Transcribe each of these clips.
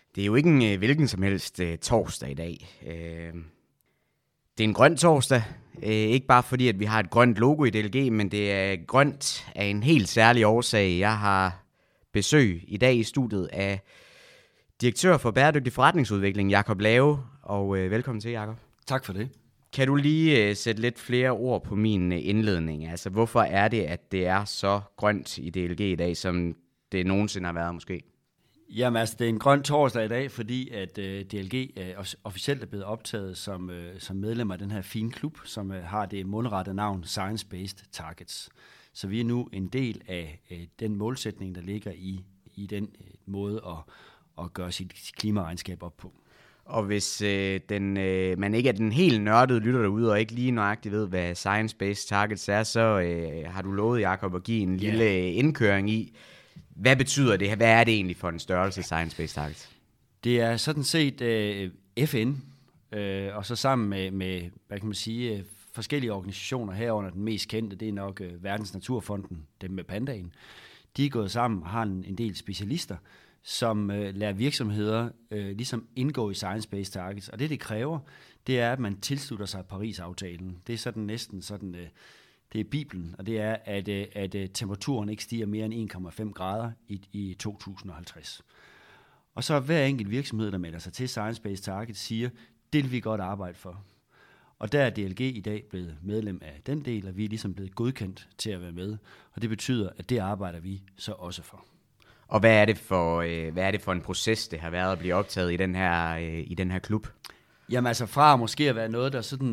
Det er jo ikke en hvilken som helst torsdag i dag. Det er en grøn torsdag. Ikke bare fordi, at vi har et grønt logo i DLG, men det er grønt af en helt særlig årsag. Jeg har besøg i dag i studiet af direktør for bæredygtig forretningsudvikling, Jakob Lave. Og velkommen til, Jakob. Tak for det. Kan du lige sætte lidt flere ord på min indledning? Altså, hvorfor er det, at det er så grønt i DLG i dag, som det nogensinde har været måske? Jamen altså, det er en grøn torsdag i dag, fordi at DLG officielt er blevet optaget som medlem af den her fine klub, som har det mundrette navn Science Based Targets. Så vi er nu en del af den målsætning, der ligger i den måde at gøre sit klimaregnskab op på. Og hvis man ikke er den helt nørdede lytter derude, og ikke lige nøjagtigt ved, hvad Science Based Targets er, så har du lovet, Jakob, at give en lille indkøring i. Hvad betyder det? Hvad er det egentlig for en størrelse, Science Based Targets? Det er sådan set FN, og så sammen med hvad kan man sige, forskellige organisationer herunder. Den mest kendte, det er nok Verdens Naturfonden, dem med pandaen. De er gået sammen og har en del specialister, som lader virksomheder ligesom indgå i Science Based Targets. Og det kræver, det er, at man tilslutter sig Paris-aftalen. Det er sådan næsten sådan... Det er Bibelen, og det er, at temperaturen ikke stiger mere end 1,5 grader i 2050. Og så hver enkelt virksomhed, der melder sig til Science Based Targets, siger, det vil vi godt arbejde for. Og der er DLG i dag blevet medlem af den del, og vi er ligesom blevet godkendt til at være med. Og det betyder, at det arbejder vi så også for. Og hvad er det for en proces, det har været at blive optaget i den her klub? Jamen altså fra måske at være noget, der sådan,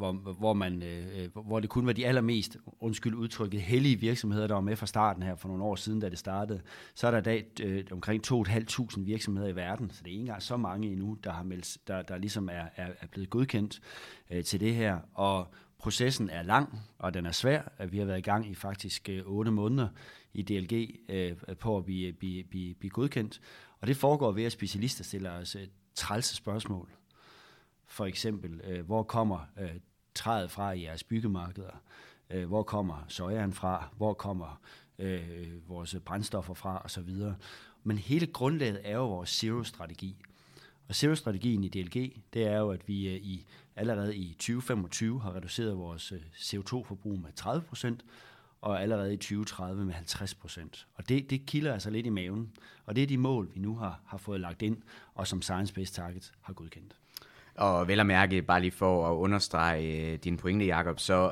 hvor det kun var de allermest, undskyld udtrykket, hellige virksomheder, der var med fra starten her for nogle år siden, da det startede, så er der i dag omkring 2.500 virksomheder i verden, så det er ikke engang så mange endnu, der har meldt, der ligesom er blevet godkendt til det her, og processen er lang, og den er svær. Vi har været i gang i faktisk 8 måneder i DLG på at blive godkendt, og det foregår ved, at specialister stiller os trælse spørgsmål. For eksempel, hvor kommer træet fra i jeres byggemarkeder? Hvor kommer sojaen fra? Hvor kommer vores brændstoffer fra? Og så videre. Men hele grundlaget er jo vores zero-strategi. Og zero-strategien i DLG, det er jo, at vi allerede i 2025 har reduceret vores CO2-forbrug med 30%, og allerede i 2030 med 50%. Og det kilder altså lidt i maven. Og det er de mål, vi nu har fået lagt ind, og som Science Based Targets har godkendt. Og vel at mærke, bare lige for at understrege din pointe, Jakob, så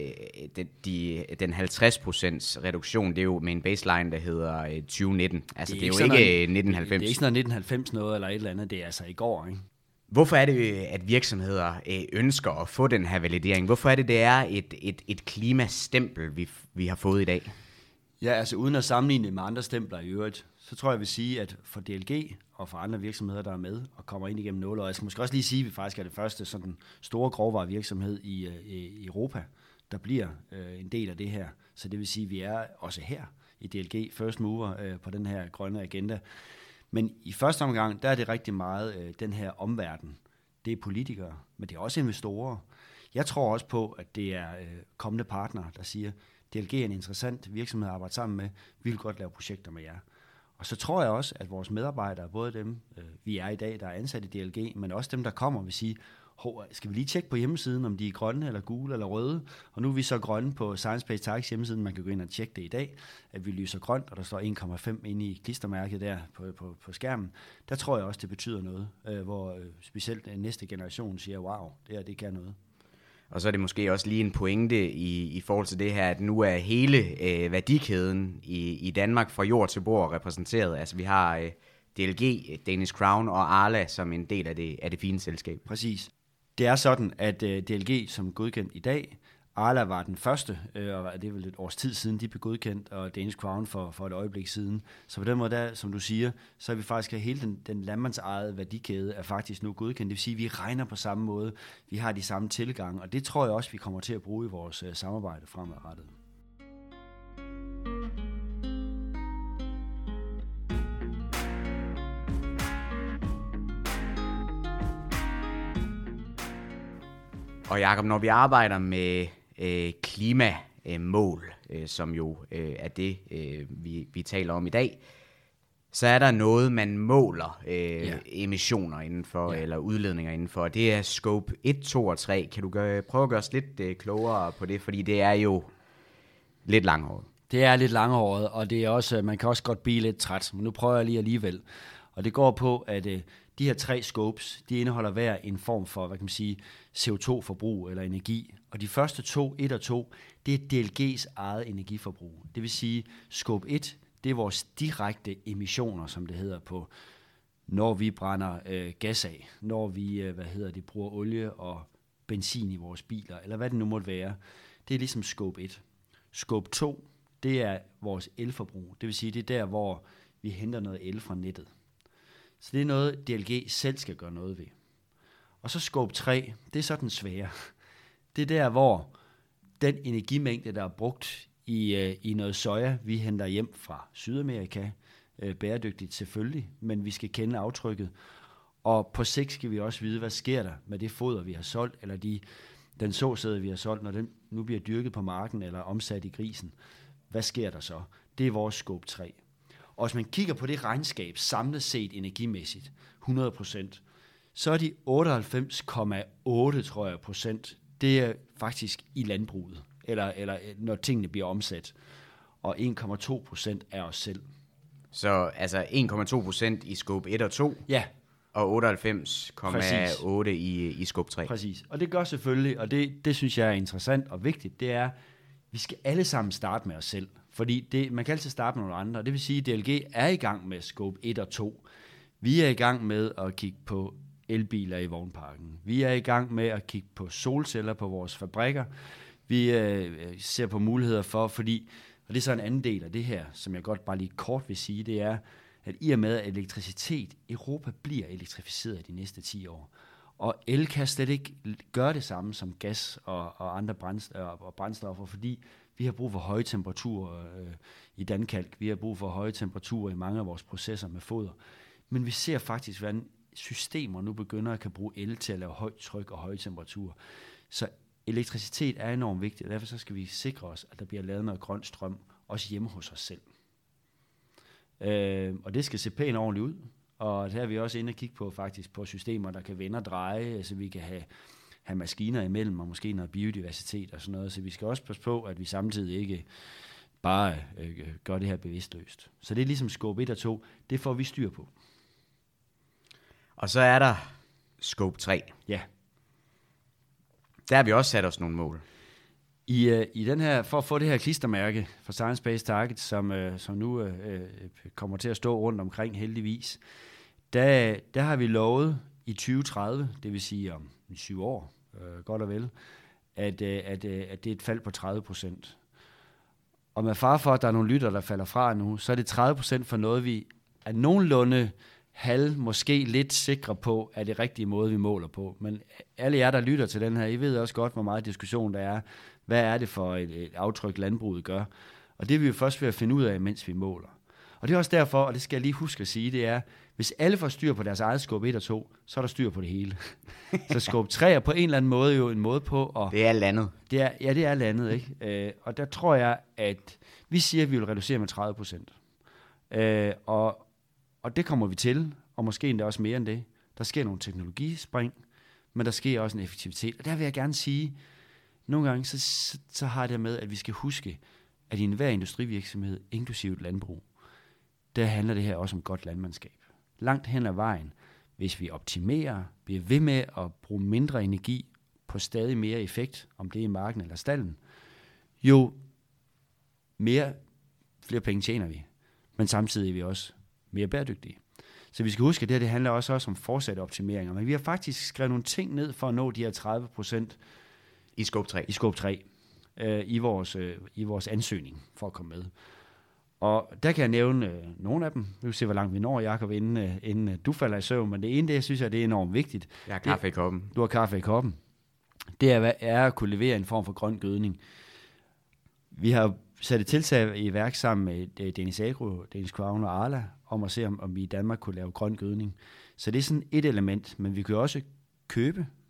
den 50% reduktion, det er jo med en baseline, der hedder 2019. Altså det er jo ikke 1990. Det er ikke sådan noget 1990 noget eller et eller andet, det er altså i går, ikke? Hvorfor er det, at virksomheder ønsker at få den her validering? Hvorfor er det er et klimastempel, vi har fået i dag? Ja, altså uden at sammenligne med andre stempler i øvrigt, så tror jeg vil sige, at for DLG og for andre virksomheder, der er med og kommer ind igennem nåleøjet, jeg skal måske også lige sige, at vi faktisk er det første sådan store grovvarevirksomhed i Europa, der bliver en del af det her. Så det vil sige, at vi er også her i DLG first mover på den her grønne agenda. Men i første omgang, der er det rigtig meget den her omverden. Det er politikere, men det er også investorer. Jeg tror også på, at det er kommende partnere, der siger, DLG er en interessant virksomhed at arbejde sammen med. Vi vil godt lave projekter med jer. Og så tror jeg også, at vores medarbejdere, både dem, vi er i dag, der er ansat i DLG, men også dem, der kommer, vil sige, skal vi lige tjekke på hjemmesiden, om de er grønne, eller gule, eller røde? Og nu er vi så grønne på Science Based Targets hjemmesiden. Man kan gå ind og tjekke det i dag, at vi lyser grønt, og der står 1,5 inde i klistermærket der på skærmen. Der tror jeg også, det betyder noget, hvor specielt næste generation siger, wow, det kan noget. Og så er det måske også lige en pointe i forhold til det her, at nu er hele værdikæden i Danmark fra jord til bord repræsenteret. Altså vi har DLG, Danish Crown og Arla som en del af det fine selskab. Præcis. Det er sådan, at DLG som godkendt i dag, Arla var den første, og det er vel et års tid siden, de blev godkendt, og Danish Crown for et øjeblik siden. Så på den måde, der, som du siger, så er vi faktisk, hele den landmandsejede værdikæde er faktisk nu godkendt. Det vil sige, at vi regner på samme måde, vi har de samme tilgange, og det tror jeg også, vi kommer til at bruge i vores samarbejde fremadrettet. Og Jakob, når vi arbejder med klimamål, som jo er det, vi taler om i dag, så er der noget, man måler emissioner indenfor, eller udledninger indenfor. Det er scope 1, 2 og 3. Kan du prøve at gøre os lidt klogere på det? Fordi det er jo lidt langhåret. Det er lidt langhåret, og det er også, man kan også godt blive lidt træt, men nu prøver jeg lige alligevel. Og det går på, at de her 3 scopes, de indeholder hver en form for, hvad kan man sige, CO2-forbrug eller energi. Og de første 2, 1 og 2, det er DLG's eget energiforbrug. Det vil sige, scope 1, det er vores direkte emissioner, som det hedder på, når vi brænder gas af, når vi bruger olie og benzin i vores biler, eller hvad det nu måtte være. Det er ligesom scope 1. Scope 2, det er vores elforbrug. Det vil sige, det er der, hvor vi henter noget el fra nettet. Så det er noget, DLG selv skal gøre noget ved. Og så scope 3, det er så den svære. Det er der, hvor den energimængde, der er brugt i noget soja, vi henter hjem fra Sydamerika, bæredygtigt selvfølgelig, men vi skal kende aftrykket. Og på sigt skal vi også vide, hvad sker der med det foder, vi har solgt, eller den såsæde, vi har solgt, når den nu bliver dyrket på marken eller omsat i grisen. Hvad sker der så? Det er vores scope 3. Og hvis man kigger på det regnskab samlet set energimæssigt, 100%, så er de 98,8, tror jeg, procent, det er faktisk i landbruget, eller når tingene bliver omsat. Og 1,2% er os selv. Så altså 1,2% i scope 1 og 2? Ja. Og 98,8 i scope 3? Præcis. Og det gør selvfølgelig, og det synes jeg er interessant og vigtigt, det er, vi skal alle sammen starte med os selv. Fordi man kan altid starte med nogle andre. Det vil sige, at DLG er i gang med scope 1 og 2. Vi er i gang med at kigge på elbiler i vognparken. Vi er i gang med at kigge på solceller på vores fabrikker. Vi ser på muligheder for, og det er så en anden del af det her, som jeg godt bare lige kort vil sige, det er, at i og med at Europa bliver elektrificeret de næste 10 år, og el kan slet ikke gøre det samme som gas og andre brændstoffer, fordi vi har brug for høje temperaturer i Dankalk, vi har brug for høje temperaturer i mange af vores processer med foder. Men vi ser faktisk, hvordan systemer nu begynder at kan bruge el til at lave højt tryk og høje temperaturer. Så elektricitet er enormt vigtigt, og derfor så skal vi sikre os, at der bliver lavet noget grøn strøm, også hjemme hos os selv. Og det skal se pænt ordentligt ud, og der er vi også inde og kigge på faktisk på systemer, der kan vende og dreje, så vi kan have maskiner imellem, og måske noget biodiversitet og sådan noget. Så vi skal også passe på, at vi samtidig ikke bare gør det her bevidstløst. Så det er ligesom scope 1 og 2, det får vi styr på. Og så er der scope 3. Ja. Der har vi også sat os nogle mål. I den her, for at få det her klistermærke fra Science Based Targets, som nu kommer til at stå rundt omkring heldigvis, der har vi lovet i 2030, det vil sige om 7 år, godt og vel, at det er et fald på 30%. Og med far for, at der er nogle lytter, der falder fra nu, så er det 30% for noget, vi er nogenlunde måske lidt sikre på, er det rigtige måde, vi måler på. Men alle jer, der lytter til den her, I ved også godt, hvor meget diskussion der er. Hvad er det for et aftryk, landbruget gør? Og det er vi jo først ved at finde ud af, mens vi måler. Og det er også derfor, og det skal jeg lige huske at sige, det er, hvis alle får styr på deres eget scope 1 og 2, så er der styr på det hele. Så scope 3 er på en eller anden måde jo en måde på at... Det er landet. Det er landet, ikke? Og der tror jeg, at vi siger, at vi vil reducere med 30%. Og det kommer vi til, og måske endda også mere end det. Der sker nogle teknologispring, men der sker også en effektivitet. Og der vil jeg gerne sige, nogle gange så har det med, at vi skal huske, at i enhver industrivirksomhed, inklusive et landbrug, der handler det her også om godt landmandskab. Langt hen ad vejen, hvis vi optimerer, bliver ved med at bruge mindre energi på stadig mere effekt, om det er i marken eller stallen, jo flere penge tjener vi, men samtidig er vi også mere bæredygtige. Så vi skal huske, at det her det handler også om fortsatte optimeringer, men vi har faktisk skrevet nogle ting ned for at nå de her 30% i scope 3. I scope 3 i vores ansøgning for at komme med. Og der kan jeg nævne nogle af dem. Vi vil se, hvor langt vi når, Jacob, inden du falder i søvn. Men det ene, det synes jeg, det er enormt vigtigt. Jeg har kaffe i koppen. Du har kaffe i koppen. Det er at kunne levere en form for grøn gødning. Vi har sat et tiltag i værk sammen med Danish Agro, Danish Crown og Arla, om at se, om vi i Danmark kunne lave grøn gødning. Så det er sådan et element, men vi kan også købe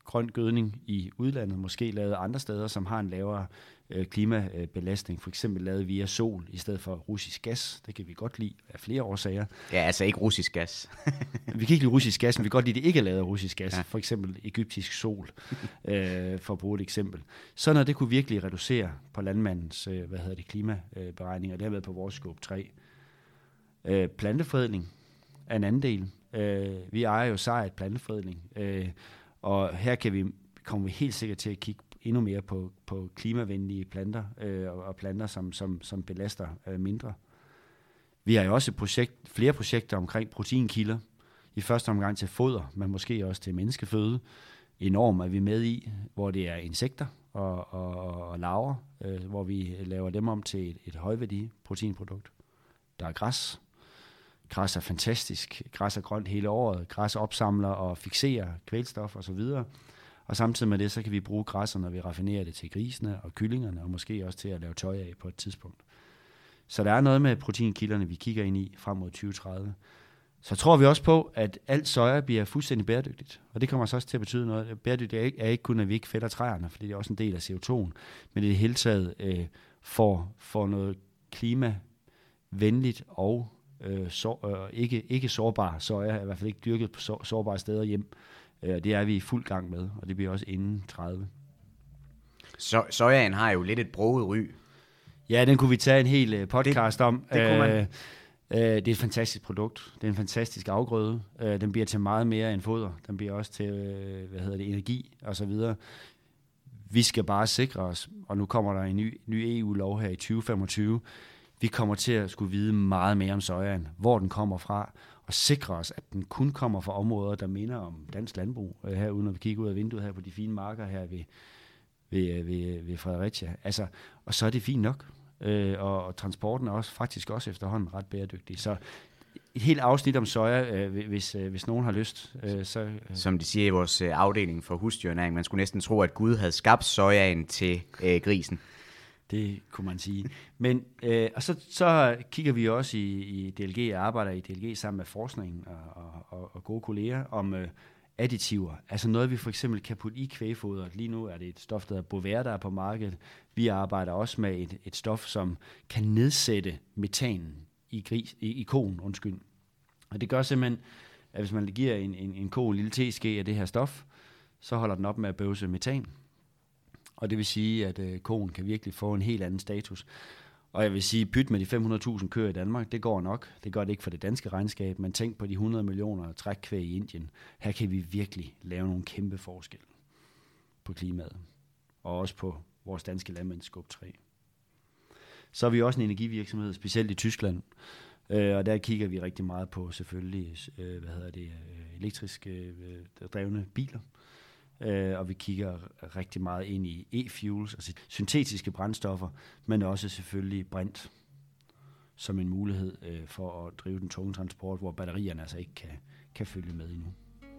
grøn gødning i udlandet, måske lavet andre steder, som har en lavere klimabelastning, for eksempel lavet via sol i stedet for russisk gas. Det kan vi godt lide af flere årsager. Ja, altså ikke russisk gas. Vi kan ikke lide russisk gas, men vi kan godt lide, at det ikke er lavet af russisk gas. Ja. For eksempel egyptisk sol, for at bruge et eksempel. Så når det kunne virkelig reducere på landmandens klimaberegninger, og dermed på vores scope 3. Planteforædling er en anden del. Vi ejer jo Sejret Planteforædling, og her kommer vi helt sikkert til at kigge endnu mere på klimavenlige planter, og planter, som belaster mindre. Vi har jo også flere projekter omkring proteinkilder, i første omgang til foder, men måske også til menneskeføde. Enormt er vi med i, hvor det er insekter og larver, hvor vi laver dem om til et højværdi proteinprodukt. Der er græs. Græs er fantastisk. Græs er grønt hele året. Græs opsamler og fikserer kvælstof osv. Og samtidig med det, så kan vi bruge græsser, når vi raffinerer det til grisene og kyllingerne, og måske også til at lave tøj af på et tidspunkt. Så der er noget med proteinkilderne, vi kigger ind i frem mod 2030. Så tror vi også på, at alt soja bliver fuldstændig bæredygtigt. Og det kommer så også til at betyde noget. Bæredygtigt er ikke kun, at vi ikke fælder træerne, fordi det er også en del af CO2'en, men i det hele taget får noget klimavenligt og ikke sårbar soja, i hvert fald ikke dyrket på sårbare steder hjem. Det er vi i fuld gang med, og det bliver også inden 30. Sojaen har jo lidt et broget ry. Ja, den kunne vi tage en hel podcast om. Det kunne man. Det er et fantastisk produkt. Det er en fantastisk afgrøde. Den bliver til meget mere end foder. Den bliver også til energi og så videre. Vi skal bare sikre os, og nu kommer der en ny EU-lov her i 2025. Vi kommer til at skulle vide meget mere om sojaen, hvor den kommer fra, og sikre os, at den kun kommer fra områder, der minder om dansk landbrug, herude, når vi kigger ud af vinduet her på de fine marker her ved Fredericia. Altså, og så er det fint nok. Og transporten er faktisk også efterhånden ret bæredygtig. Så et helt afsnit om soja, hvis nogen har lyst. Som de siger i vores afdeling for husdyrnæring, man skulle næsten tro, at Gud havde skabt sojaen til grisen. Det kunne man sige. Men, og så kigger vi også i DLG, og arbejder i DLG sammen med forskningen og gode kolleger om additiver. Altså noget, vi for eksempel kan putte i kvægfoder. Lige nu er det et stof, der hedder Bovaer, der er på markedet. Vi arbejder også med et stof, som kan nedsætte metanen i koen. Og det gør simpelthen, at hvis man giver en ko en lille teske af det her stof, så holder den op med at bøvse metan. Og det vil sige, at koen kan virkelig få en helt anden status. Og jeg vil sige, pyt med de 500.000 køer i Danmark, det går nok. Det gør det ikke for det danske regnskab, men tænk på de 100 millioner trækkvæg i Indien. Her kan vi virkelig lave nogle kæmpe forskel på klimaet. Og også på vores danske landmænds scope 3. Så er vi også en energivirksomhed, specielt i Tyskland. Og der kigger vi rigtig meget på selvfølgelig elektrisk drevne biler. Og vi kigger rigtig meget ind i e-fuels, altså syntetiske brændstoffer, men også selvfølgelig brint som en mulighed for at drive den tunge transport, hvor batterierne altså ikke kan følge med endnu.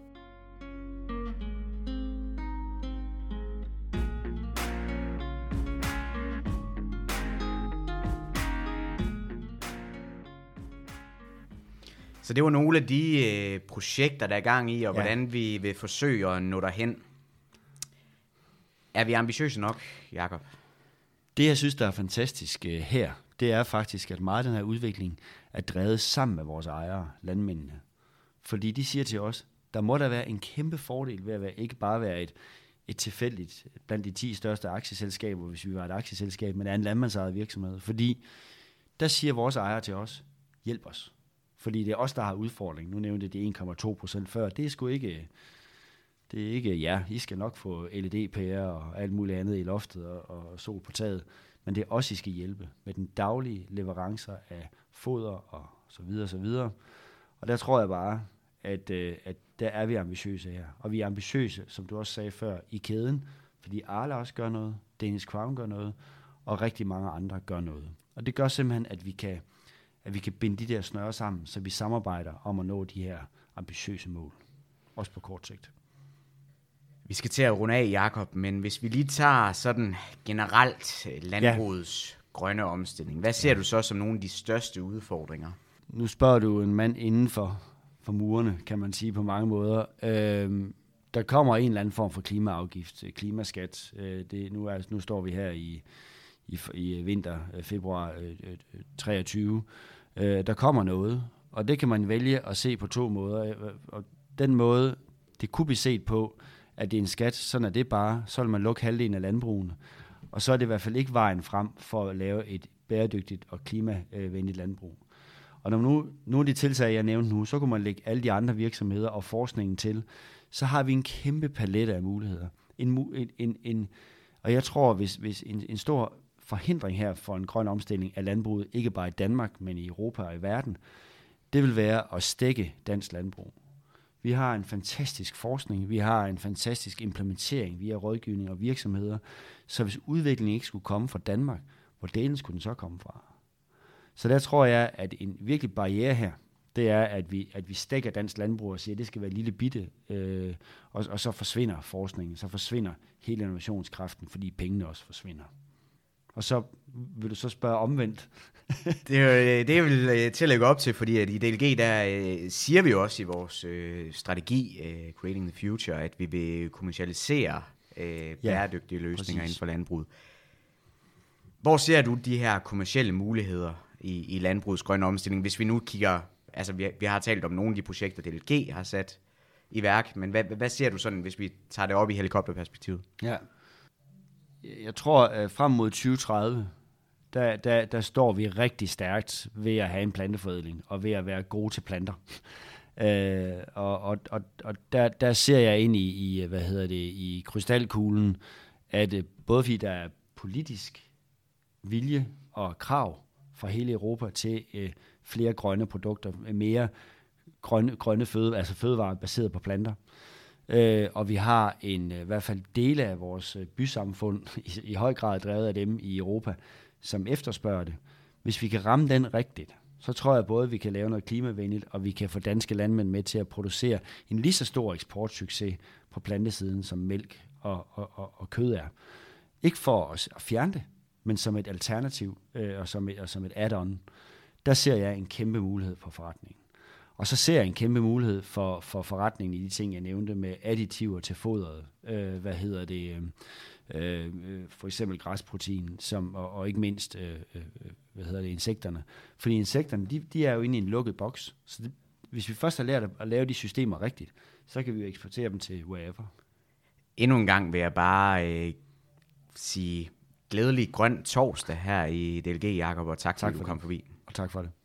Så det var nogle af de projekter, der er gang i, og hvordan vi vil forsøge at nå derhen. Er vi ambitiøse nok, Jakob? Det, jeg synes, der er fantastisk her, det er faktisk, at meget af den her udvikling er drevet sammen med vores ejere, landmændene. Fordi de siger til os, der må der være en kæmpe fordel ved at ikke bare være et tilfældigt blandt de 10 største aktieselskaber, hvis vi var et aktieselskab, men er en landmandsejet virksomhed. Fordi der siger vores ejere til os, hjælp os. Fordi det er os, der har udfordring. Nu nævnte jeg de 1,2% før. Det er sgu ikke... Det er ikke, ja, I skal nok få LED-pærer og alt muligt andet i loftet og sol på taget, men det er også, I skal hjælpe med den daglige leverancer af foder og så videre, så videre. Og der tror jeg bare, at der er vi ambitiøse her. Og vi er ambitiøse, som du også sagde før, i kæden, fordi Arla også gør noget, Danish Crown gør noget, og rigtig mange andre gør noget. Og det gør simpelthen, at vi kan binde de der snøre sammen, så vi samarbejder om at nå de her ambitiøse mål, også på kort sigt. Vi skal til at runde af, Jakob, men hvis vi lige tager sådan generelt landbrugets grønne omstilling, hvad ser du så som nogle af de største udfordringer? Nu spørger du en mand inden for murene, kan man sige på mange måder. der kommer en eller anden form for klimaafgift, klimaskat. Nu står vi her i vinter, februar 23. Der kommer noget, og det kan man vælge at se på 2 måder. Og den måde, det kunne blive set på, at det er en skat, sådan er det bare, så vil man lukke halvdelen af landbrugene. Og så er det i hvert fald ikke vejen frem for at lave et bæredygtigt og klimavenligt landbrug. Og når nogle af de tiltag, jeg nævnte nu, så kunne man lægge alle de andre virksomheder og forskningen til, så har vi en kæmpe palette af muligheder. Og jeg tror, hvis en stor forhindring her for en grøn omstilling af landbruget, ikke bare i Danmark, men i Europa og i verden, det vil være at stække dansk landbrug. Vi har en fantastisk forskning, vi har en fantastisk implementering via rådgivning og virksomheder, så hvis udviklingen ikke skulle komme fra Danmark, hvor delen skulle den så komme fra? Så der tror jeg, at en virkelig barriere her, det er, at vi stækker dansk landbrug og siger, at det skal være lille bitte, og så forsvinder forskningen, så forsvinder hele innovationskraften, fordi pengene også forsvinder. Og så vil du så spørge omvendt. det vil til at lægge op til, fordi at i DLG, der siger vi jo også i vores strategi, Creating the Future, at vi vil kommercialisere bæredygtige løsninger inden for landbruget. Hvor ser du de her kommercielle muligheder i landbrugets grønne omstilling, hvis vi nu kigger, altså vi har talt om nogle af de projekter, DLG har sat i værk, men hvad ser du sådan, hvis vi tager det op i helikopterperspektivet? Ja. Jeg tror, at frem mod 2030, der står vi rigtig stærkt ved at have en planteforædling, og ved at være gode til planter. Og der ser jeg ind i krystalkuglen, at både fordi der er politisk vilje og krav fra hele Europa til flere grønne produkter, mere grønne fødevarer baseret på planter. Og vi har i hvert fald dele af vores bysamfund, i høj grad drevet af dem i Europa, som efterspørger det. Hvis vi kan ramme den rigtigt, så tror jeg både, at vi kan lave noget klimavenligt, og vi kan få danske landmænd med til at producere en lige så stor eksportsucces på plantesiden, som mælk og kød er. Ikke for at fjerne det, men som et alternativ og som et add-on. Der ser jeg en kæmpe mulighed for forretningen. Og så ser jeg en kæmpe mulighed for forretningen i de ting, jeg nævnte med additiver til fodret. For eksempel græsprotein, og ikke mindst insekterne. Fordi insekterne, de er jo inde i en lukket boks. Så hvis vi først har lært at lave de systemer rigtigt, så kan vi jo eksportere dem til wherever. Endnu en gang vil jeg bare sige glædelig grøn torsdag her i DLG, Jakob, og tak fordi du kom forbi. Og tak for det.